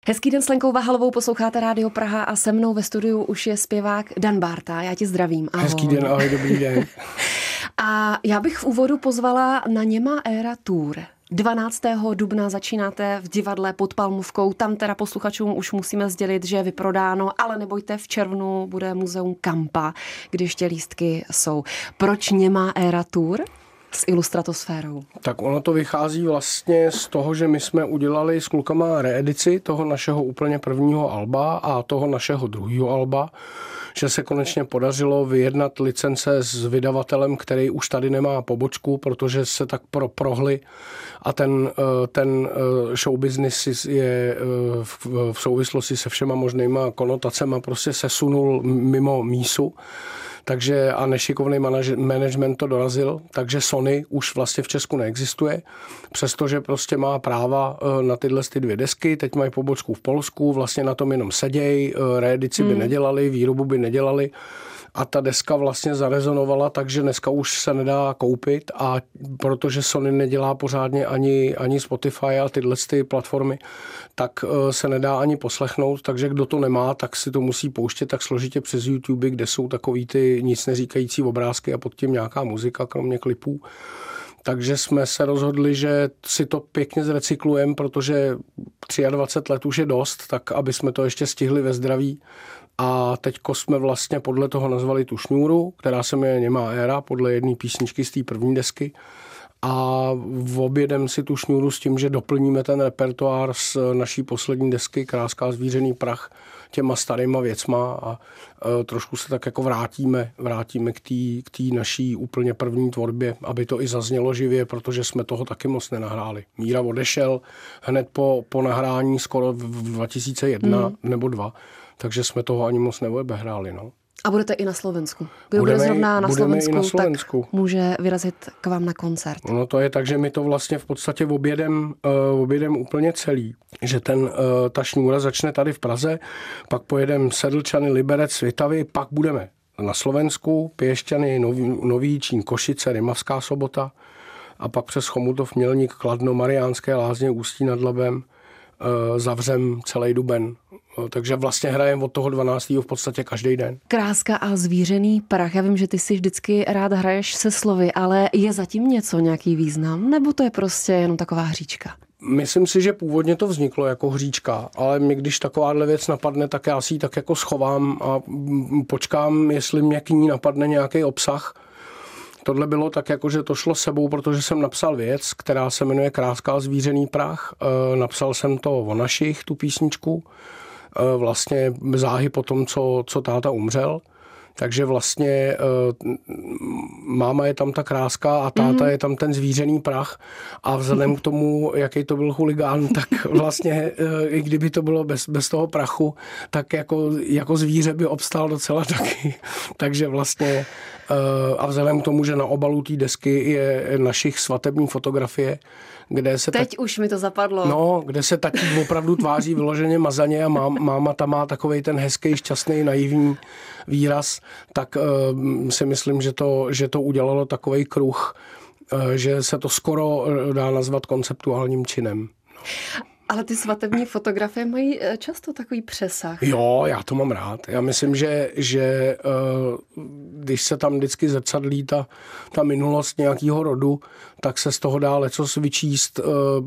Hezký den s Lenkou Vahalovou, posloucháte Rádio Praha a se mnou ve studiu už je zpěvák Dan Bárta. Já tě zdravím. Ahoj. Hezký den, ahoj, dobrý den. A já bych v úvodu pozvala na Němá éra tour. 12. dubna začínáte v divadle pod Palmovkou. Tam teda posluchačům už musíme sdělit, že je vyprodáno, ale nebojte, v červnu bude muzeum Kampa, kde ještě lístky jsou. Proč Němá éra tour s Ilustratosférou? Tak ono to vychází vlastně z toho, že my jsme udělali s klukama reedici toho našeho úplně prvního alba a toho našeho druhého alba, že se konečně podařilo vyjednat licence s vydavatelem, který už tady nemá pobočku, protože se tak prohli a ten show business je v souvislosti se všema možnýma konotacema prostě sesunul mimo mísu. Takže a nešikovný management to dorazil, takže Sony už vlastně v Česku neexistuje, přestože prostě má práva na tyhle dvě desky, teď mají pobočku v Polsku, vlastně na tom jenom seděj, reedici by nedělali, výrobu by nedělali a ta deska vlastně zarezonovala, takže dneska už se nedá koupit a protože Sony nedělá pořádně ani Spotify a tyhle ty platformy, tak se nedá ani poslechnout, takže kdo to nemá, tak si to musí pouštět tak složitě přes YouTube, kde jsou takový ty nic neříkající obrázky a pod tím nějaká muzika, kromě klipů. Takže jsme se rozhodli, že si to pěkně zrecyklujeme, protože 23 let už je dost, tak aby jsme to ještě stihli ve zdraví. A teďko jsme vlastně podle toho nazvali tu šňůru, která se jmenuje Němá éra, podle jedné písničky z té první desky. A objedem si tu šňůru s tím, že doplníme ten repertoár z naší poslední desky Kráska zvířený prach těma starýma věcma a trošku se tak jako vrátíme k té naší úplně první tvorbě, aby to i zaznělo živě, protože jsme toho taky moc nenahráli. Míra odešel hned po nahrání skoro v 2001 nebo 2, takže jsme toho ani moc neobehráli, no. A budete i na Slovensku. Kdo bude zrovna na Slovensku, tak může vyrazit k vám na koncert. No to je tak, že my to vlastně v podstatě objedem úplně celý. Že ta šňůra začne tady v Praze, pak pojedeme Sedlčany, Liberec, Svitavy, pak budeme na Slovensku, Piešťany, Nový Čín, Košice, Rimavská Sobota a pak přes Chomutov, Mělník, Kladno, Mariánské Lázně, Ústí nad Labem zavřem celý duben. Takže vlastně hrajeme od toho 12. v podstatě každý den. Kráska a zvířený prach. Já vím, že ty si vždycky rád hraješ se slovy, ale je zatím nějaký význam? Nebo to je prostě jenom taková hříčka? Myslím si, že původně to vzniklo jako hříčka, ale mě, když takováhle věc napadne, tak já si ji tak jako schovám a počkám, jestli mě k ní napadne nějaký obsah. Tohle bylo tak, jako že to šlo sebou, protože jsem napsal věc, která se jmenuje Kráska a zvířený prach. Napsal jsem to o našich, tu písničku, vlastně záhy po tom, co táta umřel. Takže vlastně máma je tam ta kráska a táta je tam ten zvířený prach a vzhledem k tomu, jaký to byl chuligán, tak vlastně i kdyby to bylo bez toho prachu, tak jako zvíře by obstál docela taky. Takže vlastně a vzhledem k tomu, že na obalu té desky je našich svatební fotografie, kde se teď už mi to zapadlo. No, kde se tatík opravdu tváří vyloženě mazaně a máma tam má takovej ten hezký, šťastný, naivní výraz, tak si myslím, že to udělalo takovej kruh, že se to skoro dá nazvat konceptuálním činem. Ale ty svatební fotografie mají často takový přesah. Jo, já to mám rád. Já myslím, že když se tam vždycky zrcadlí ta minulost nějakého rodu, tak se z toho dá lecos vyčíst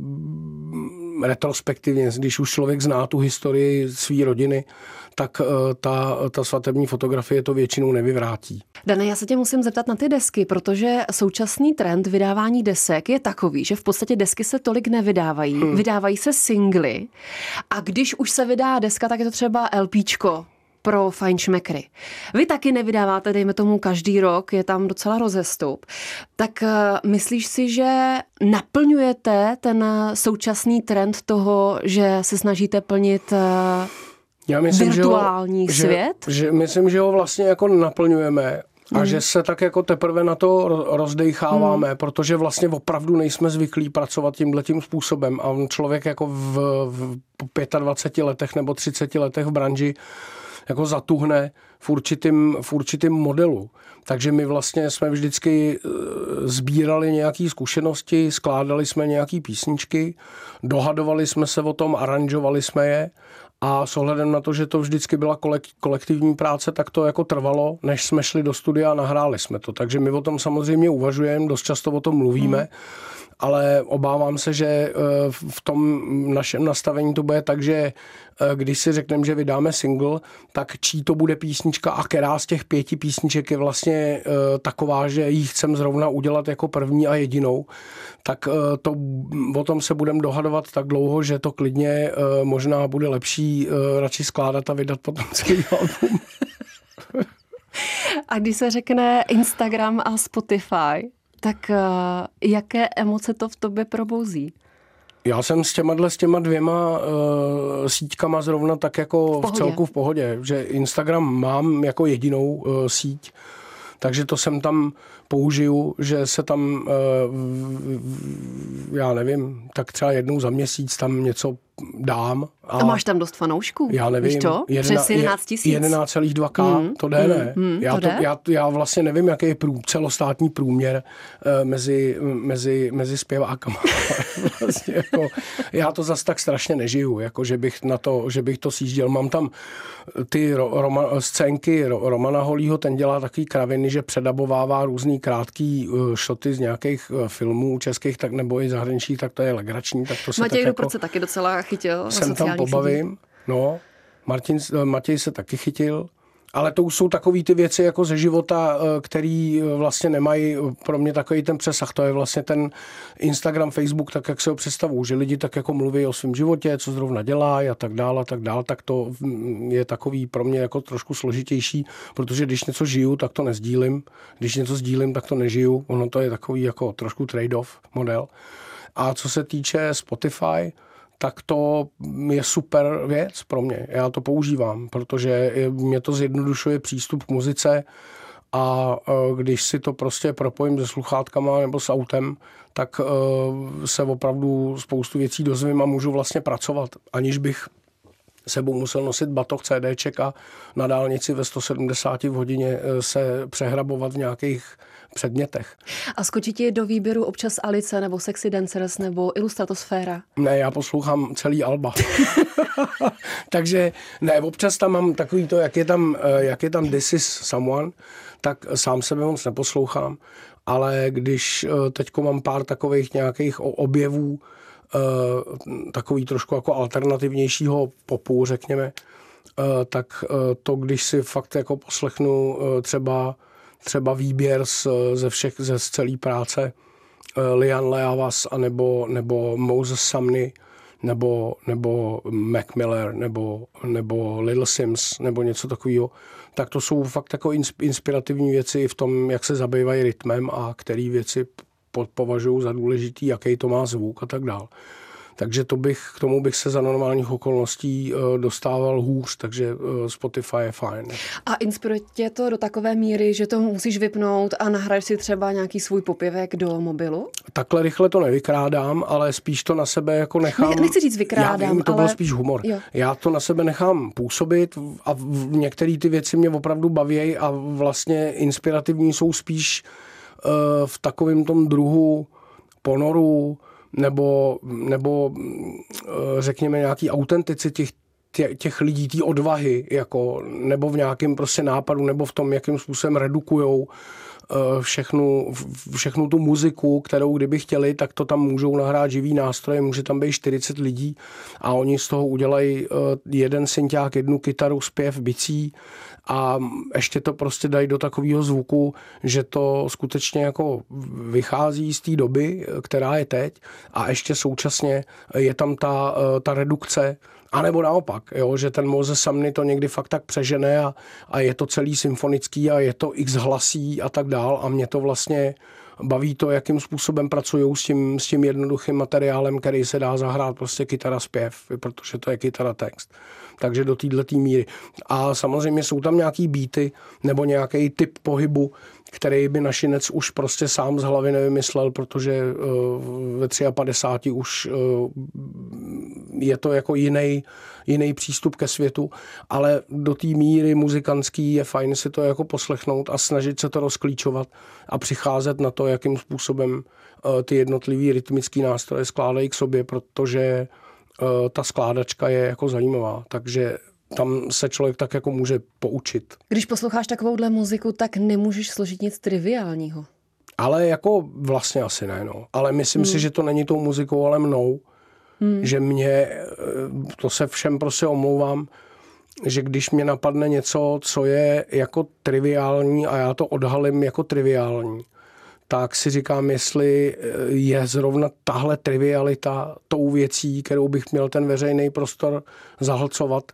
retrospektivně. Když už člověk zná tu historii své rodiny, tak ta svatební fotografie to většinou nevyvrátí. Dane, já se tě musím zeptat na ty desky, protože současný trend vydávání desek je takový, že v podstatě desky se tolik nevydávají. Vydávají se singly a když už se vydá deska, tak je to třeba LPčko pro fajnšmekry. Vy taky nevydáváte, dejme tomu, každý rok, je tam docela rozestup. Tak myslíš si, že naplňujete ten současný trend toho, že se snažíte plnit já myslím, virtuální svět? Myslím, že ho vlastně jako naplňujeme a že se tak jako teprve na to rozdejcháváme, protože vlastně opravdu nejsme zvyklí pracovat tímhletím způsobem a člověk jako v 25 letech nebo 30 letech v branži jako zatuhne v určitým modelu. Takže my vlastně jsme vždycky sbírali nějaké zkušenosti, skládali jsme nějaké písničky, dohadovali jsme se o tom, aranžovali jsme je a s ohledem na to, že to vždycky byla kolektivní práce, tak to jako trvalo, než jsme šli do studia a nahráli jsme to. Takže my o tom samozřejmě uvažujeme, dost často o tom mluvíme, ale obávám se, že v tom našem nastavení to bude tak, že když si řekneme, že vydáme single, tak čí to bude písnička a která z těch 5 písniček je vlastně taková, že ji chcem zrovna udělat jako první a jedinou, tak o tom se budeme dohadovat tak dlouho, že to klidně možná bude lepší radši skládat a vydat potom celý album. A když se řekne Instagram a Spotify, tak jaké emoce to v tobě probouzí? Já jsem s těma 2 síťkama zrovna tak jako v celku v pohodě, že Instagram mám jako jedinou síť, takže to jsem tam použiju, že se tam, já nevím, tak třeba jednou za měsíc tam něco dám. A máš tam dost fanoušků? Já nevím. Víš to? Přes 11 000? 11,2K, to jde, ne? Já vlastně nevím, jaký je celostátní průměr mezi zpěvákama. Vlastně jako, já to zas tak strašně nežiju, jako že bych to sjížděl. Mám tam ty scénky Romana Holího, ten dělá takový kraviny, že předabovává různý krátký šoty z nějakých filmů českých, tak nebo i zahraničních, tak to je legrační. Tak to se Matěj tak Rupert se taky docela chytil. Jsem tam pobavím, no. Matěj se taky chytil. Ale to už jsou takový ty věci jako ze života, který vlastně nemají pro mě takový ten přesah. To je vlastně ten Instagram, Facebook, tak jak si ho představuju, že lidi tak jako mluví o svém životě, co zrovna dělá a tak dál, tak to je takový pro mě jako trošku složitější, protože když něco žiju, tak to nezdílím. Když něco sdílím, tak to nežiju. Ono to je takový jako trošku trade-off model. A co se týče Spotify, tak to je super věc pro mě. Já to používám, protože mě to zjednodušuje přístup k muzice a když si to prostě propojím se sluchátkama nebo s autem, tak se opravdu spoustu věcí dozvím a můžu vlastně pracovat, aniž bych sebou musel nosit batoh CDček a na dálnici ve 170 v hodině se přehrabovat v nějakých předmětech. A skočí ti do výběru občas Alice nebo Sexy Dancers nebo Illustratosféra? Ne, já poslouchám celý alba. Takže ne, občas tam mám takový to, jak je tam This Is Someone, tak sám sebe moc neposlouchám, ale když teďko mám pár takových nějakých objevů, takový trošku jako alternativnější popu, řekněme, tak to, když si fakt jako poslechnu třeba výběr ze celé práce Lian Leavas nebo Moses Sumney nebo Mac Miller nebo Little Sims nebo něco takového, tak to jsou fakt jako inspirativní věci v tom, jak se zabývají rytmem a který věci považují za důležitý, jaký to má zvuk a tak dál. Takže k tomu bych se za normálních okolností dostával hůř, takže Spotify je fajn. A inspiruje tě to do takové míry, že to musíš vypnout a nahraješ si třeba nějaký svůj popěvek do mobilu? Takhle rychle to nevykrádám, ale spíš to na sebe jako nechám... Nechci říct vykrádám, já vím, to ale... byl spíš humor. Jo. Já to na sebe nechám působit a některé ty věci mě opravdu baví a vlastně inspirativní jsou spíš v takovém tom druhu ponoru, nebo řekněme nějaký autenticity těch lidí, té odvahy, jako, nebo v nějakém prostě nápadu, nebo v tom, jakým způsobem redukujou všechnu tu muziku, kterou kdyby chtěli, tak to tam můžou nahrát živý nástroje, může tam být 40 lidí a oni z toho udělají jeden synťák, jednu kytaru, zpěv, bicí a ještě to prostě dají do takového zvuku, že to skutečně jako vychází z té doby, která je teď a ještě současně je tam ta redukce. A nebo naopak, jo, že ten Moses Sumney to někdy fakt tak přežene a je to celý symfonický a je to x hlasí a tak dál a mě to vlastně baví to, jakým způsobem pracují s tím jednoduchým materiálem, který se dá zahrát prostě kytara zpěv, protože to je kytara text. Takže do této míry. A samozřejmě jsou tam nějaký beaty nebo nějaký typ pohybu, který by Našinec už prostě sám z hlavy nevymyslel, protože ve 53 už je to jako jiný přístup ke světu, ale do té míry muzikantský je fajn si to jako poslechnout a snažit se to rozklíčovat a přicházet na to, jakým způsobem ty jednotlivý rytmický nástroje skládají k sobě, protože ta skládačka je jako zajímavá, takže tam se člověk tak jako může poučit. Když posloucháš takovouhle muziku, tak nemůžeš složit nic triviálního. Ale jako vlastně asi ne, no. Ale myslím si, že to není tou muzikou, ale mnou. Že to se všem prostě omlouvám, že když mě napadne něco, co je jako triviální a já to odhalím jako triviální, tak si říkám, jestli je zrovna tahle trivialita tou věcí, kterou bych měl ten veřejný prostor zahlcovat,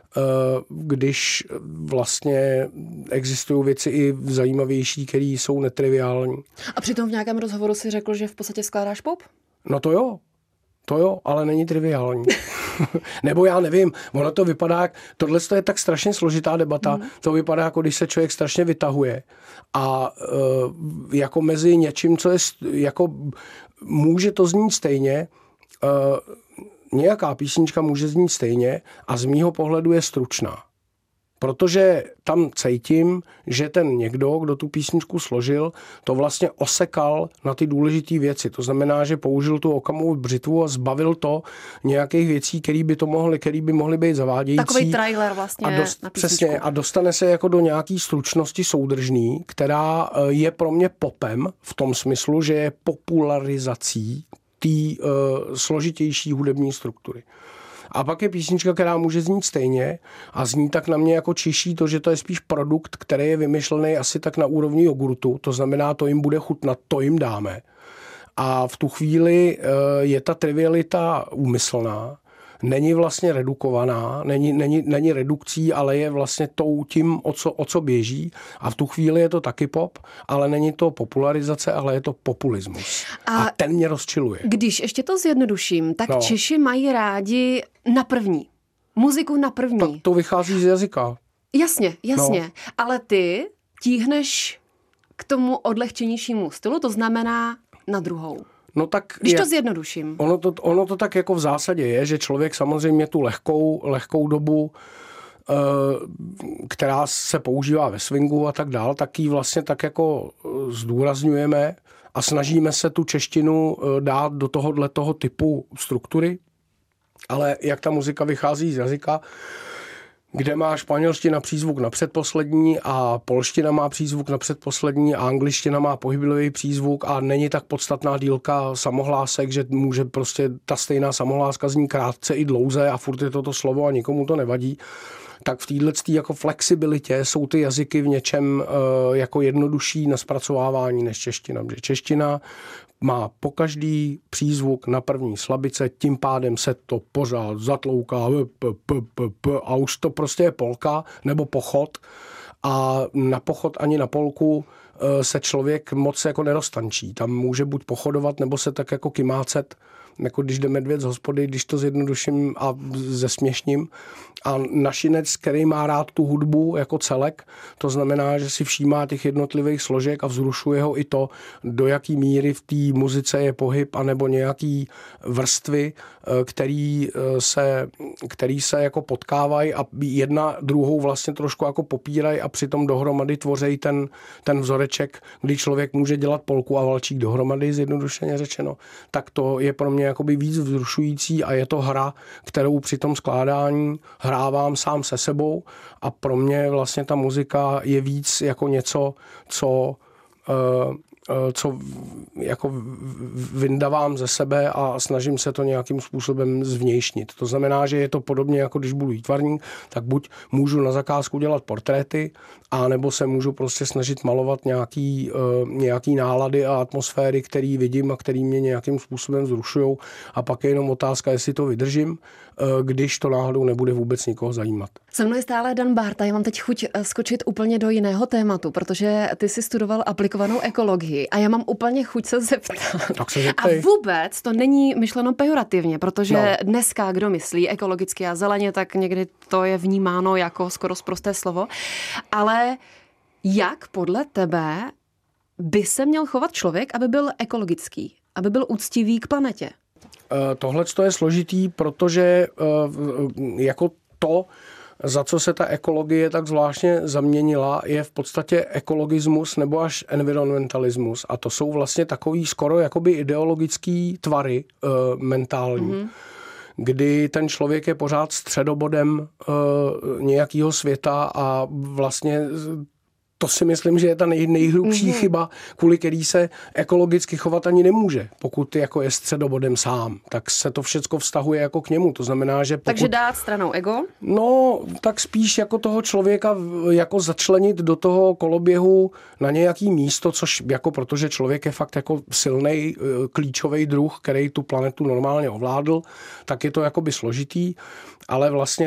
když vlastně existují věci i zajímavější, které jsou netriviální. A přitom v nějakém rozhovoru si řekl, že v podstatě skládáš pop? No to jo, ale není triviální. Nebo já nevím, ono to vypadá, tohle je tak strašně složitá debata, to vypadá, jako když se člověk strašně vytahuje a jako mezi něčím, co je, jako může to znít stejně, nějaká písnička může znít stejně a z mýho pohledu je stručná. Protože tam cítím, že ten někdo, kdo tu písničku složil, to vlastně osekal na ty důležité věci. To znamená, že použil tu Okamovu břitvu a zbavil to nějakých věcí, které by mohly být zavádějící. Takový trailer vlastně na písničku. Přesně, a dostane se jako do nějaký stručnosti soudržný, která je pro mě popem v tom smyslu, že je popularizací té složitější hudební struktury. A pak je písnička, která může znít stejně a zní tak na mě jako čiší to, že to je spíš produkt, který je vymyšlený asi tak na úrovni jogurtu, to znamená, to jim bude chutnat, to jim dáme. A v tu chvíli je ta trivialita úmyslná, není vlastně redukovaná, není redukcí, ale je vlastně tím, o co běží. A v tu chvíli je to taky pop, ale není to popularizace, ale je to populismus. A ten mě rozčiluje. Když ještě to zjednoduším, tak Češi mají rádi na první. Muziku na první. To vychází z jazyka. Jasně. Ale ty tíhneš k tomu odlehčenějšímu stylu, to znamená na druhou. No tak když to zjednoduším. Ono to tak jako v zásadě je, že člověk samozřejmě tu lehkou dobu, která se používá ve swingu a tak dál, tak ji vlastně tak jako zdůrazňujeme a snažíme se tu češtinu dát do tohoto typu struktury. Ale jak ta muzika vychází z jazyka, kde má španělština přízvuk na předposlední a polština má přízvuk na předposlední a angličtina má pohyblivý přízvuk a není tak podstatná dílka samohlásek, že může prostě ta stejná samohláska znít krátce i dlouze a furt je to slovo a nikomu to nevadí. Tak v této jako flexibilitě jsou ty jazyky v něčem jako jednodušší na zpracovávání než čeština. Čeština má pokaždý přízvuk na první slabice, tím pádem se to pořád zatlouká a už to prostě je polka nebo pochod a na pochod ani na polku se člověk moc jako neroztančí. Tam může buď pochodovat nebo se tak jako kymácet, jako když jde medvěd z hospody, když to zjednoduším a zesměšním. A Našinec, který má rád tu hudbu jako celek, to znamená, že si všímá těch jednotlivých složek a vzrušuje ho i to, do jaký míry v té muzice je pohyb, anebo nějaký vrstvy, který se jako potkávají a jedna druhou vlastně trošku jako popírají a přitom dohromady tvoří ten vzoreček, kdy člověk může dělat polku a valčík dohromady, zjednodušeně řečeno, tak to je pro mě jakoby víc vzrušující a je to hra, kterou při tom skládání hrávám sám se sebou a pro mě vlastně ta muzika je víc jako něco, co jako vyndavám ze sebe a snažím se to nějakým způsobem zvnějšnit. To znamená, že je to podobně jako když budu výtvarník, tak buď můžu na zakázku dělat portréty, a nebo se můžu prostě snažit malovat nějaký nálady a atmosféry, který vidím a který mě nějakým způsobem vzrušujou a pak je jenom otázka, jestli to vydržím když to náhodou nebude vůbec nikoho zajímat. Se mnou je stále Dan Bárta. Já mám teď chuť skočit úplně do jiného tématu, protože ty jsi studoval aplikovanou ekologii a já mám úplně chuť se zeptat. Tak se zeptej. A vůbec to není myšleno pejorativně, protože dneska, kdo myslí ekologicky a zeleně, tak někdy to je vnímáno jako skoro sprosté slovo. Ale jak podle tebe by se měl chovat člověk, aby byl ekologický, aby byl úctivý k planetě? Tohle je složitý, protože jako to, za co se ta ekologie tak zvláštně zaměnila, je v podstatě ekologismus nebo až environmentalismus. A to jsou vlastně takový skoro jakoby ideologický tvary mentální, kdy ten člověk je pořád středobodem nějakého světa a vlastně to si myslím, že je ta nejhrubší chyba, kvůli který se ekologicky chovat ani nemůže. Pokud jako je středobodem sám, tak se to všecko vztahuje jako k němu. To znamená, že pokud... Takže dát stranou ego? No, tak spíš jako toho člověka jako začlenit do toho koloběhu na nějaký místo, což jako protože člověk je fakt jako silnej, klíčový druh, který tu planetu normálně ovládl, tak je to jakoby složitý, ale vlastně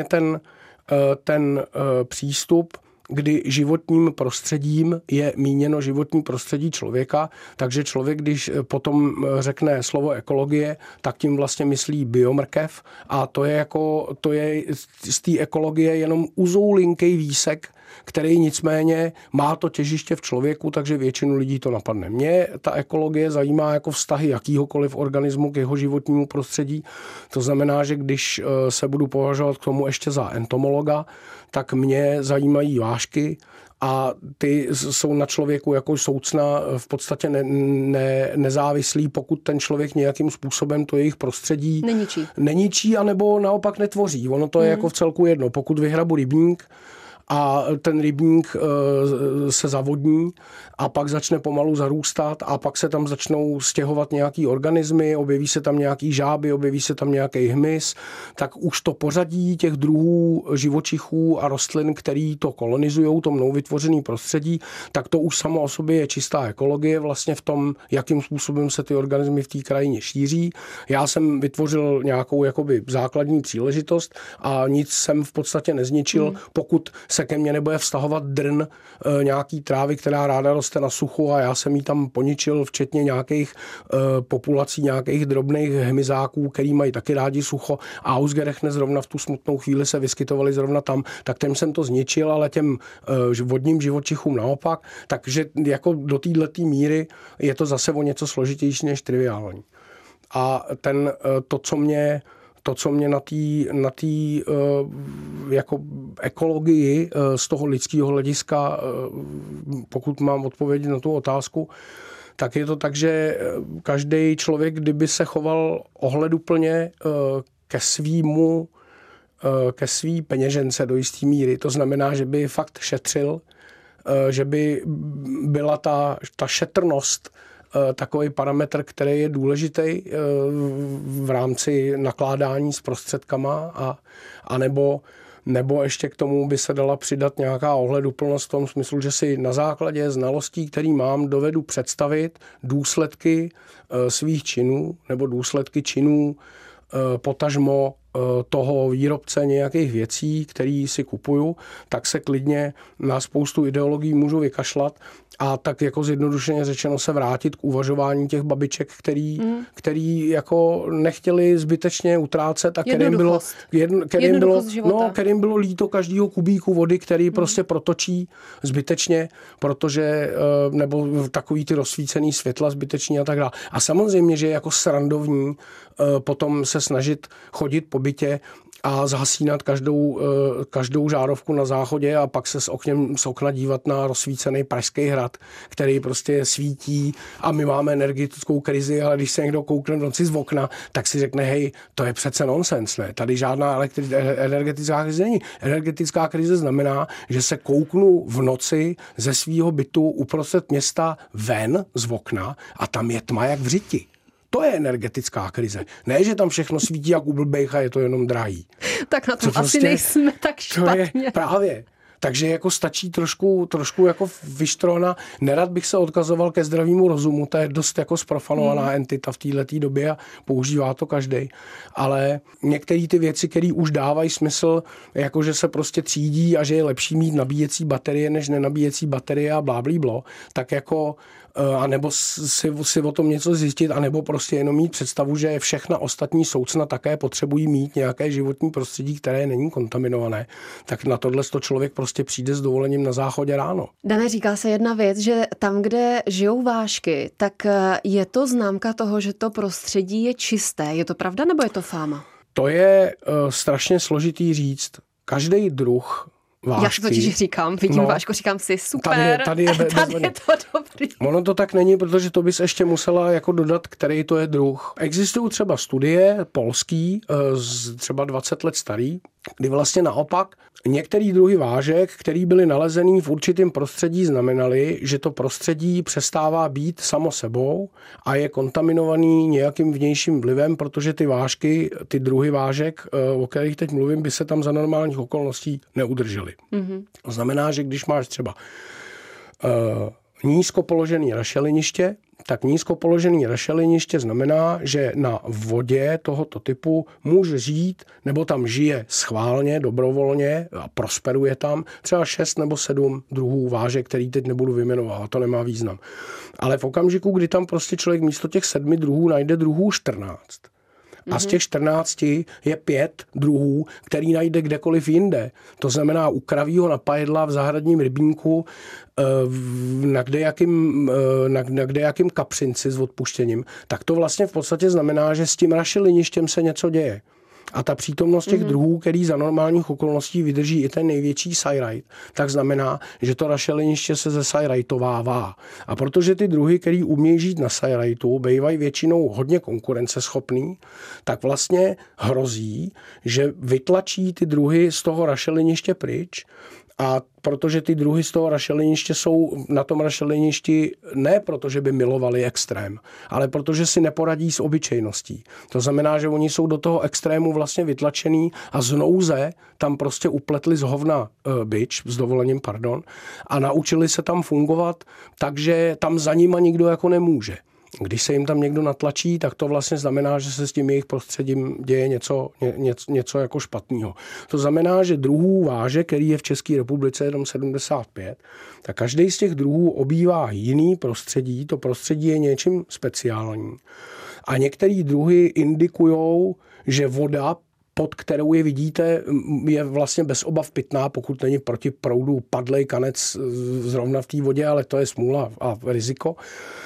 ten přístup, kdy životním prostředím je míněno životní prostředí člověka, takže člověk, když potom řekne slovo ekologie, tak tím vlastně myslí biomrkev a to je z té ekologie jenom uzoulinkej výsek, který nicméně má to těžiště v člověku, takže většinu lidí to napadne. Mě ta ekologie zajímá jako vztahy jakýhokoliv organismu k jeho životnímu prostředí. To znamená, že když se budu považovat k tomu ještě za entomologa, tak mě zajímají vážky a ty jsou na člověku jako soucna v podstatě nezávislí, pokud ten člověk nějakým způsobem to jejich prostředí neničí anebo naopak netvoří. Ono to je jako v celku jedno. Pokud vyhrabu rybník a ten rybník se zavodní a pak začne pomalu zarůstat a pak se tam začnou stěhovat nějaký organismy, objeví se tam nějaký žáby, objeví se tam nějaký hmyz, tak už to pořadí těch druhů živočichů a rostlin, který to kolonizujou, to mnou vytvořený prostředí, tak to už samo o sobě je čistá ekologie vlastně v tom, jakým způsobem se ty organismy v té krajině šíří. Já jsem vytvořil nějakou jakoby základní příležitost a nic jsem v podstatě nezničil, pokud se ke mně nebude vztahovat drn nějaký trávy, která ráda roste na suchu a já jsem jí tam poničil, včetně nějakých populací, nějakých drobných hmyzáků, který mají taky rádi sucho a Ausgerechne zrovna v tu smutnou chvíli se vyskytovali zrovna tam, tak těm jsem to zničil, ale těm vodním živočichům naopak, takže jako do této míry je to zase o něco složitější než triviální. A to, co mě na té jako ekologii z toho lidského hlediska, pokud mám odpovědět na tu otázku, tak je to tak, že každý člověk, kdyby se choval ohleduplně ke svý peněžence do jisté míry, to znamená, že by fakt šetřil, že by byla ta šetrnost takový parametr, který je důležitý v rámci nakládání s prostředkama a nebo ještě k tomu by se dala přidat nějaká ohleduplnost v tom smyslu, že si na základě znalostí, který mám, dovedu představit důsledky svých činů nebo důsledky činů potažmo toho výrobce nějakých věcí, který si kupuju, tak se klidně na spoustu ideologií můžu vykašlat a tak jako zjednodušeně řečeno se vrátit k uvažování těch babiček, který jako nechtěli zbytečně utrácet a kterým bylo líto každého kubíku vody, který prostě protočí zbytečně, protože nebo takový ty rozsvícený světla zbytečně a tak dále. A samozřejmě, že je jako srandovní potom se snažit chodit po bytě a zhasínat každou žárovku na záchodě a pak se z okna dívat na rozsvícený Pražský hrad, který prostě svítí a my máme energetickou krizi, ale když se někdo koukne v noci z okna, tak si řekne, hej, to je přece nonsens, ne? Tady žádná energetická krize není. Energetická krize znamená, že se kouknu v noci ze svýho bytu uprostřed města ven z okna a tam je tma jak v řiti. To je energetická krize. Ne, že tam všechno svítí jak u blbejch a je to jenom drahý. Tak na tom asi nejsme tak špatně. To je právě. Takže jako stačí trošku jako vyštróna. Nerad bych se odkazoval ke zdravému rozumu, to je dost jako zprofanovaná entita v této době a používá to každej. Ale některé ty věci, které už dávají smysl, jako že se prostě třídí a že je lepší mít nabíjecí baterie než nenabíjecí baterie a bláblíblo, tak jako anebo si o tom něco zjistit, anebo prostě jenom mít představu, že všechna ostatní soucna také potřebují mít nějaké životní prostředí, které není kontaminované, tak na tohle člověk prostě přijde s dovolením na záchodě ráno. Dané, říká se jedna věc, že tam, kde žijou vážky, tak je to známka toho, že to prostředí je čisté. Je to pravda, nebo je to fáma? To je strašně složitý říct. Každý druh vážky. Já si totiž říkám, vidím vážku, říkám si super, tady je to dobrý. Ono to tak není, protože to bys ještě musela jako dodat, který to je druh. Existují třeba studie polský, třeba 20 let starý, kdy vlastně naopak některé druhy vážek, které byly nalezený v určitém prostředí, znamenaly, že to prostředí přestává být samo sebou a je kontaminovaný nějakým vnějším vlivem, protože ty vážky, ty druhy vážek, o kterých teď mluvím, by se tam za normálních okolností neudržely. Mm-hmm. To znamená, že když máš třeba nízko položené rašeliniště, tak nízko položené rašeliniště znamená, že na vodě tohoto typu může žít, nebo tam žije schválně, dobrovolně a prosperuje tam třeba 6 nebo 7 druhů vážek, který teď nebudu vyjmenovat, to nemá význam. Ale v okamžiku, kdy tam prostě člověk místo těch 7 druhů najde druhů 14, a z těch 14 je 5 druhů, který najde kdekoliv jinde. To znamená u kravího napajedla v zahradním rybníku na kdejakým kapřinci s odpuštěním, tak to vlastně v podstatě znamená, že s tím rašeliništěm se něco děje. A ta přítomnost těch druhů, který za normálních okolností vydrží i ten největší sajrajt, tak znamená, že to rašeliniště se zesajrajtovává. A protože ty druhy, který umějí žít na sajrajtu, bývají většinou hodně konkurenceschopný, tak vlastně hrozí, že vytlačí ty druhy z toho rašeliniště pryč. A protože ty druhy z toho rašeliniště jsou na tom rašeliništi ne proto, že by milovali extrém, ale protože si neporadí s obyčejností. To znamená, že oni jsou do toho extrému vlastně vytlačený a z nouze tam prostě upletli z hovna bič, s dovolením, pardon, a naučili se tam fungovat, takže tam za nima nikdo jako nemůže. Když se jim tam někdo natlačí, tak to vlastně znamená, že se s tím jejich prostředím děje něco jako špatného. To znamená, že druhů vážek, který je v České republice jenom 75, tak každý z těch druhů obývá jiný prostředí, to prostředí je něčím speciální. A některé druhy indikujou, že voda, pod kterou je vidíte, je vlastně bez obav pitná, pokud není proti proudu padlej kanec zrovna v té vodě, ale to je smůla a riziko.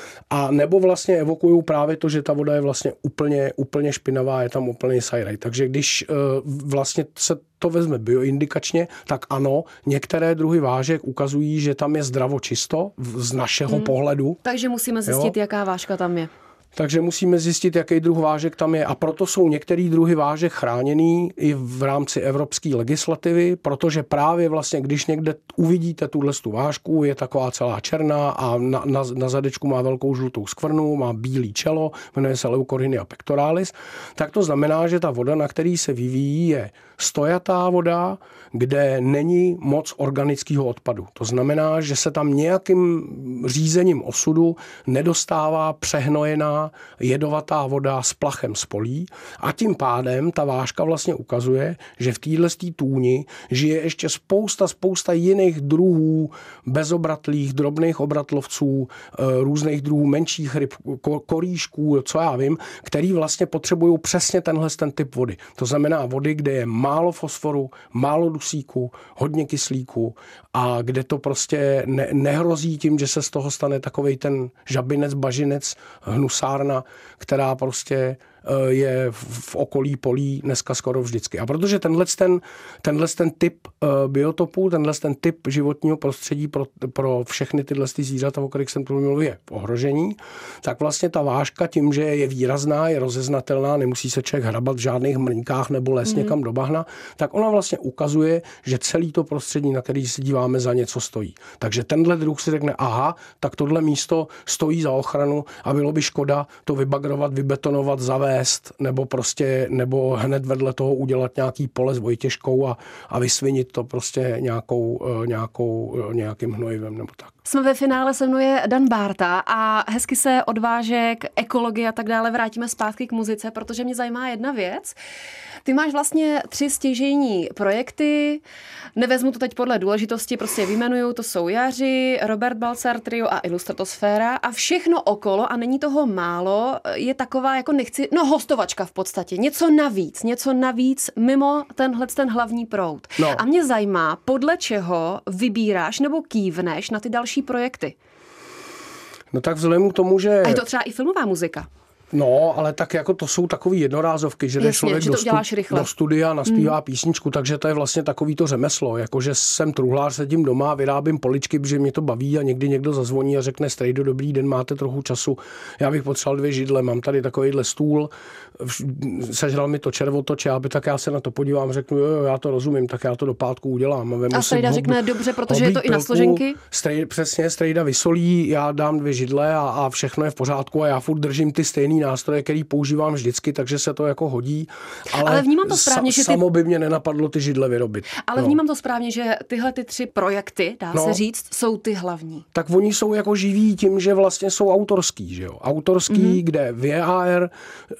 A nebo vlastně evokují právě to, že ta voda je vlastně úplně špinavá, je tam úplný sajrajt. Takže když vlastně se to vezme bioindikačně, tak ano, některé druhy vážek ukazují, že tam je zdravočisto z našeho pohledu. Takže musíme zjistit, jaká vážka tam je. Takže musíme zjistit, jaký druh vážek tam je. A proto jsou některé druhy vážek chráněný i v rámci evropské legislativy, protože právě vlastně, když někde uvidíte tu vážku, je taková celá černá a na zadečku má velkou žlutou skvrnu, má bílý čelo, jmenuje se Leucorrhina pectoralis, tak to znamená, že ta voda, na který se vyvíjí, je stojatá voda, kde není moc organického odpadu. To znamená, že se tam nějakým řízením osudu nedostává přehnojená jedovatá voda s plachem z polí a tím pádem ta vážka vlastně ukazuje, že v této tůni žije ještě spousta jiných druhů bezobratlých, drobných obratlovců, různých druhů menších ryb, korýšků, co já vím, který vlastně potřebují přesně ten typ vody. To znamená vody, kde je málo fosforu, málo dusíku, hodně kyslíku a kde to prostě nehrozí tím, že se z toho stane takovej ten žabinec, bažinec, hnusárna, která prostě je v okolí polí dneska skoro vždycky. A protože tenhle typ biotopu, tenhle typ životního prostředí pro všechny tyhle zvířata, o kterých jsem tu mluvil, je v ohrožení, tak vlastně ta vážka tím, že je výrazná, je rozeznatelná, nemusí se člověk hrabat v žádných mrňkách nebo les někam do bahna, tak ona vlastně ukazuje, že celý to prostředí, na který se díváme, za něco stojí. Takže tenhle druh si řekne, aha, tak tohle místo stojí za ochranu a bylo by škoda to vybagrovat, vybetonovat, zavést vyplést, nebo hned vedle toho udělat nějaký pole s Vojtěžkou a vysvinit to prostě nějakým hnojivem nebo tak. Jsme ve finále, se mnou Dan Bárta a hezky se od vážek, ekologie a tak dále vrátíme zpátky k muzice, protože mě zajímá jedna věc. Ty máš vlastně 3 stěžejní projekty, nevezmu to teď podle důležitosti, prostě vyjmenuju, to jsou Jaři, Robert Balcar Trio a Ilustratosféra a všechno okolo, a není toho málo, je taková, jako hostovačka v podstatě, něco navíc mimo ten hlavní proud. No. A mě zajímá, podle čeho vybíráš nebo kývneš na ty další projekty? No tak vzhledem k tomu, že... A je to třeba i filmová muzika? No, ale tak jako to jsou takový jednorázovky, že jde člověk do studia, naspívá písničku, takže to je vlastně takový to řemeslo, jakože jsem truhlář, sedím doma, vyrábím poličky, protože mě to baví a někdy někdo zazvoní a řekne strejdo, dobrý den, máte trochu času, já bych potřeboval 2 židle, mám tady takovýhle stůl, sežral mi to červotoče, tak já se na to podívám, řeknu, jo, já to rozumím, tak já to do pátku udělám. A strejda řekne dobře, protože je to i na složenky? Přesně, strejda vysolí, já dám 2 židle a všechno je v pořádku a já furt držím ty stejný nástroje, který používám vždycky, takže se to jako hodí. Ale vnímám to správně, že samo by mě nenapadlo ty židle vyrobit. Ale vnímám to správně, že tyhle ty 3 projekty, dá se říct, jsou ty hlavní. Tak oni jsou jako živí tím, že vlastně jsou autorský, že jo? Autorský, kde VAR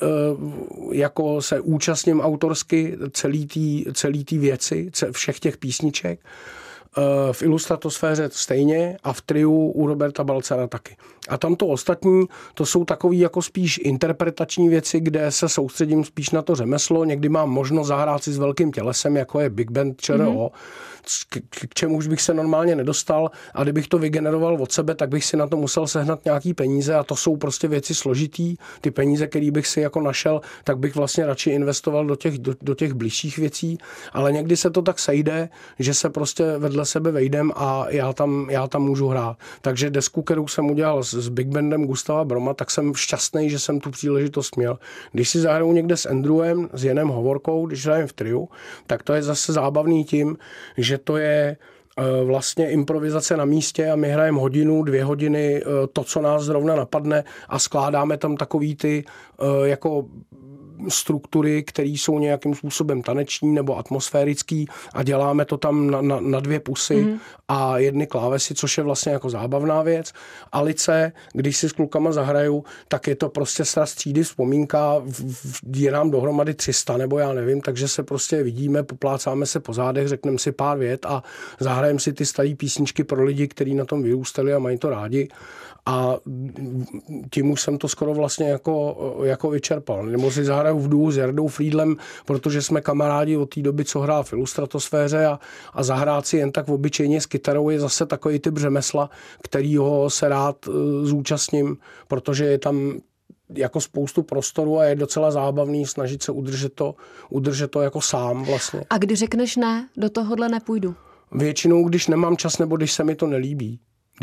jako se účastním autorsky celý té věci, všech těch písniček. V Ilustratosféře stejně a v Triu u Roberta Balcara taky. A tam to ostatní, to jsou takový jako spíš interpretační věci, kde se soustředím spíš na to řemeslo. Někdy mám možnost zahrát si s velkým tělesem, jako je Big Band ČRO, k čemu už bych se normálně nedostal a kdybych to vygeneroval od sebe, tak bych si na to musel sehnat nějaký peníze a to jsou prostě věci složitý. Ty peníze, který bych si jako našel, tak bych vlastně radši investoval do těch bližších věcí, ale někdy se to tak sejde, že se prostě vedle sebe vejdem a já tam můžu hrát. Takže desku, kterou jsem udělal s Big Bandem Gustava Broma, tak jsem šťastný, že jsem tu příležitost měl. Když si zahraju někde s Andrewem, s Janem Hovorkou, když hrajem v Triu, tak to je zase zábavný tím, že to je vlastně improvizace na místě a my hrajeme 1-2 hodiny to, co nás zrovna napadne a skládáme tam takový ty jako struktury, které jsou nějakým způsobem taneční nebo atmosférický a děláme to tam na 2 pusy a 1 klávesy, což je vlastně jako zábavná věc. Alice, když si s klukama zahraju, tak je to prostě sraz třídy, vzpomínka, je nám dohromady 300 nebo já nevím, takže se prostě vidíme, poplácáme se po zádech, řekneme si pár vět a zahrajeme si ty staré písničky pro lidi, kteří na tom vyrůstali a mají to rádi. A tím už jsem to skoro vlastně jako vyčerpal. Nebo si zahraju v duo s Jardou Friedlem, protože jsme kamarádi od té doby, co hrál v Ilustratosféře a zahrát si jen tak obyčejně s kytarou je zase takový typ řemesla, kterýho se rád zúčastním, protože je tam jako spoustu prostoru a je docela zábavný snažit se udržet to jako sám vlastně. A kdy řekneš ne, do tohohle nepůjdu? Většinou, když nemám čas nebo když se mi to nelíbí.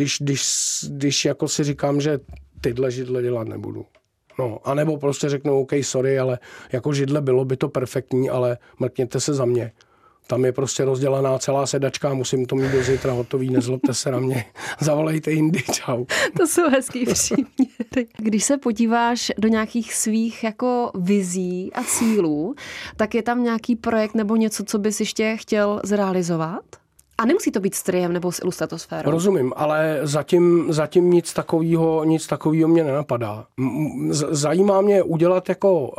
Když jako si říkám, že tyhle židle dělat nebudu. No, anebo prostě řeknu, OK, sorry, ale jako židle bylo by to perfektní, ale mrkněte se za mě. Tam je prostě rozdělaná celá sedačka, musím to mít do zítra hotový, nezlobte se na mě, zavolejte jindy, čau. To jsou hezký příměry. Když se podíváš do nějakých svých jako vizí a cílů, tak je tam nějaký projekt nebo něco, co bys ještě chtěl zrealizovat? A nemusí to být s Triem nebo s Ilustratosférou. Rozumím, ale zatím nic takového mě nenapadá. Zajímá mě udělat jako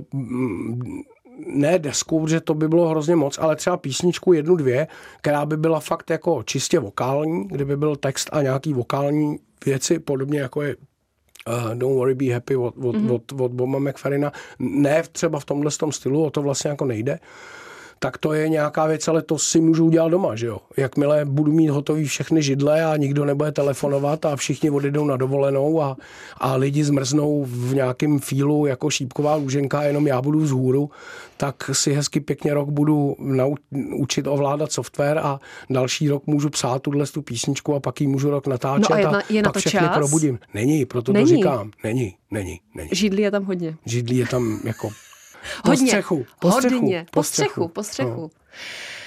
ne desku, protože to by bylo hrozně moc, ale třeba písničku 1-2, která by byla fakt jako čistě vokální, kde by byl text a nějaký vokální věci, podobně jako je Don't Worry Be Happy od Boba McFerrina. Ne třeba v tomhle stylu, o to vlastně jako nejde. Tak to je nějaká věc, ale to si můžu udělat doma, že jo. Jakmile budu mít hotový všechny židle a nikdo nebude telefonovat a všichni odjedou na dovolenou a lidi zmrznou v nějakém fílu jako šípková lůženka, jenom já budu vzhůru, tak si hezky pěkně rok budu učit ovládat software a další rok můžu psát tu písničku a pak ji můžu rok natáčet je pak všechny čas? probudím. Není, proto to říkám. Není. Židlí je tam hodně. Židlí je tam jako... Po střechu.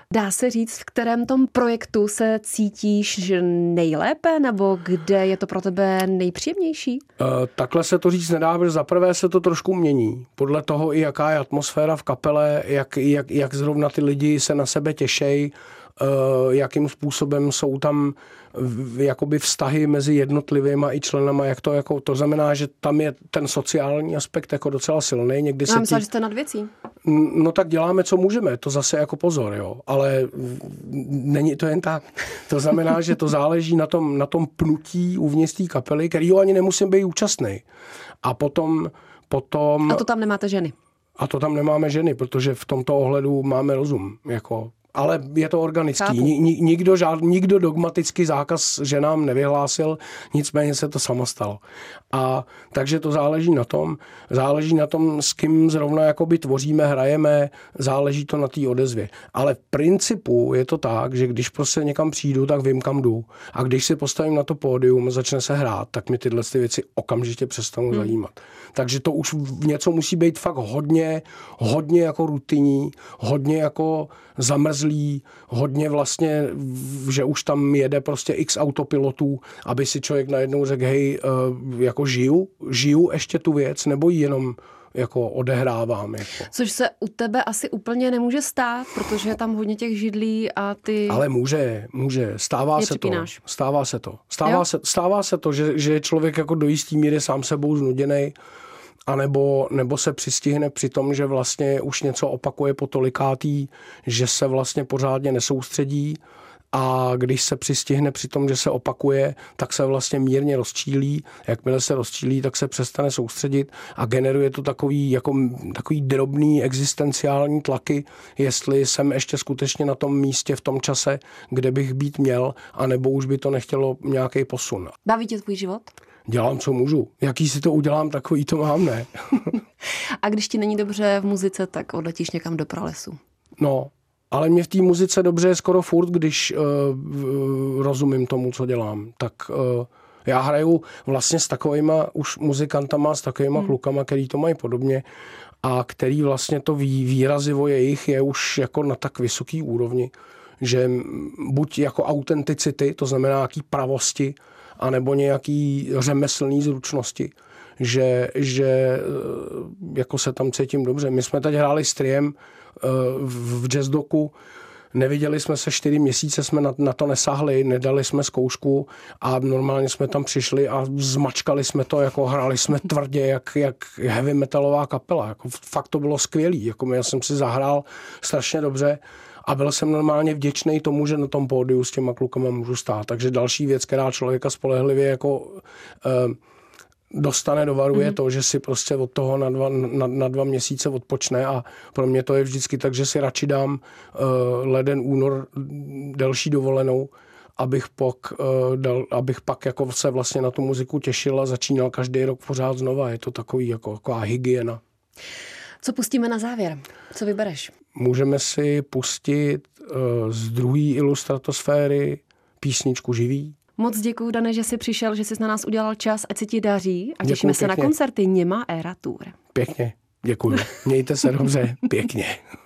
Dá se říct, v kterém tom projektu se cítíš nejlépe, nebo kde je to pro tebe nejpříjemnější? Takhle se to říct nedá, protože zaprvé se to trošku mění. Podle toho i jaká je atmosféra v kapele, jak zrovna ty lidi se na sebe těšejí, jakým způsobem jsou tam jakoby vztahy mezi jednotlivýma i členama, jak to jako, to znamená, že tam je ten sociální aspekt jako docela silný. Někdy Já myslím, že jste nad věcí. No tak děláme, co můžeme, to zase jako pozor, jo, ale není to jen tak. To znamená, že to záleží na tom pnutí uvnitř té kapely, kterýho ani nemusím být účastný. A potom... A to tam nemáte ženy? A to tam nemáme ženy, protože v tomto ohledu máme rozum, jako... Ale je to organický. Nikdo dogmatický zákaz ženám nevyhlásil, nicméně se to samo stalo. A takže to záleží na tom, s kým zrovna jakoby tvoříme, hrajeme, záleží to na té odezvě. Ale v principu je to tak, že když prostě někam přijdu, tak vím, kam jdu. A když si postavím na to pódium a začne se hrát, tak mi tyhle věci okamžitě přestanou zajímat. Takže to už něco musí být fakt hodně jako rutinní, hodně jako zamrzlý, hodně vlastně, že už tam jede prostě x autopilotů, aby si člověk najednou řekl, hej, jako žiju ještě tu věc, nebo ji jenom jako odehrávám. Jako. Což se u tebe asi úplně nemůže stát, protože je tam hodně těch židlí a ty... Ale může. Stává se to, že člověk jako do jistý míry sám sebou znuděnej, a nebo se přistihne při tom, že vlastně už něco opakuje po tolikátý, že se vlastně pořádně nesoustředí, a když se přistihne při tom, že se opakuje, tak se vlastně mírně rozčílí. Jakmile se rozčílí, tak se přestane soustředit a generuje to takový drobný existenciální tlaky, jestli jsem ještě skutečně na tom místě v tom čase, kde bych být měl, anebo už by to nechtělo nějaký posun. Baví tě tvůj život? Dělám, co můžu. Jaký si to udělám, takový to mám, ne? A když ti není dobře v muzice, tak odletíš někam do pralesu. No, ale mě v té muzice dobře je skoro furt, když rozumím tomu, co dělám. Tak já hraju vlastně s takovýma už muzikantama, s takovýma klukama, který to mají podobně a který vlastně to výrazivo jejich je už jako na tak vysoký úrovni, že buď jako autenticity, to znamená nějaký pravosti, anebo nějaký řemeslný zručnosti, že jako se tam cítím dobře. My jsme teď hráli s triem v jazzdoku, neviděli jsme se 4 měsíce, jsme na to nesáhli, nedali jsme zkoušku a normálně jsme tam přišli a zmačkali jsme to, jako hráli jsme tvrdě, jak heavy metalová kapela. Jako fakt to bylo skvělý. Jako já jsem si zahrál strašně dobře a byl jsem normálně vděčný tomu, že na tom pódiu s těma klukama můžu stát. Takže další věc, která člověka spolehlivě jako dostane, dovaruje to, že si prostě od toho na 2 měsíce odpočne a pro mě to je vždycky tak, že si radši dám leden, únor delší dovolenou, abych pak jako se vlastně na tu muziku těšil a začínal každý rok pořád znova. Je to takový jako hygiena. Co pustíme na závěr? Co vybereš? Můžeme si pustit z druhé Ilustratosféry písničku Živý. Moc děkuju, Dane, že jsi přišel, že jsi na nás udělal čas, ať se ti daří a těšíme se na koncerty Němá éra tour. Pěkně, děkuju. Mějte se dobře, pěkně.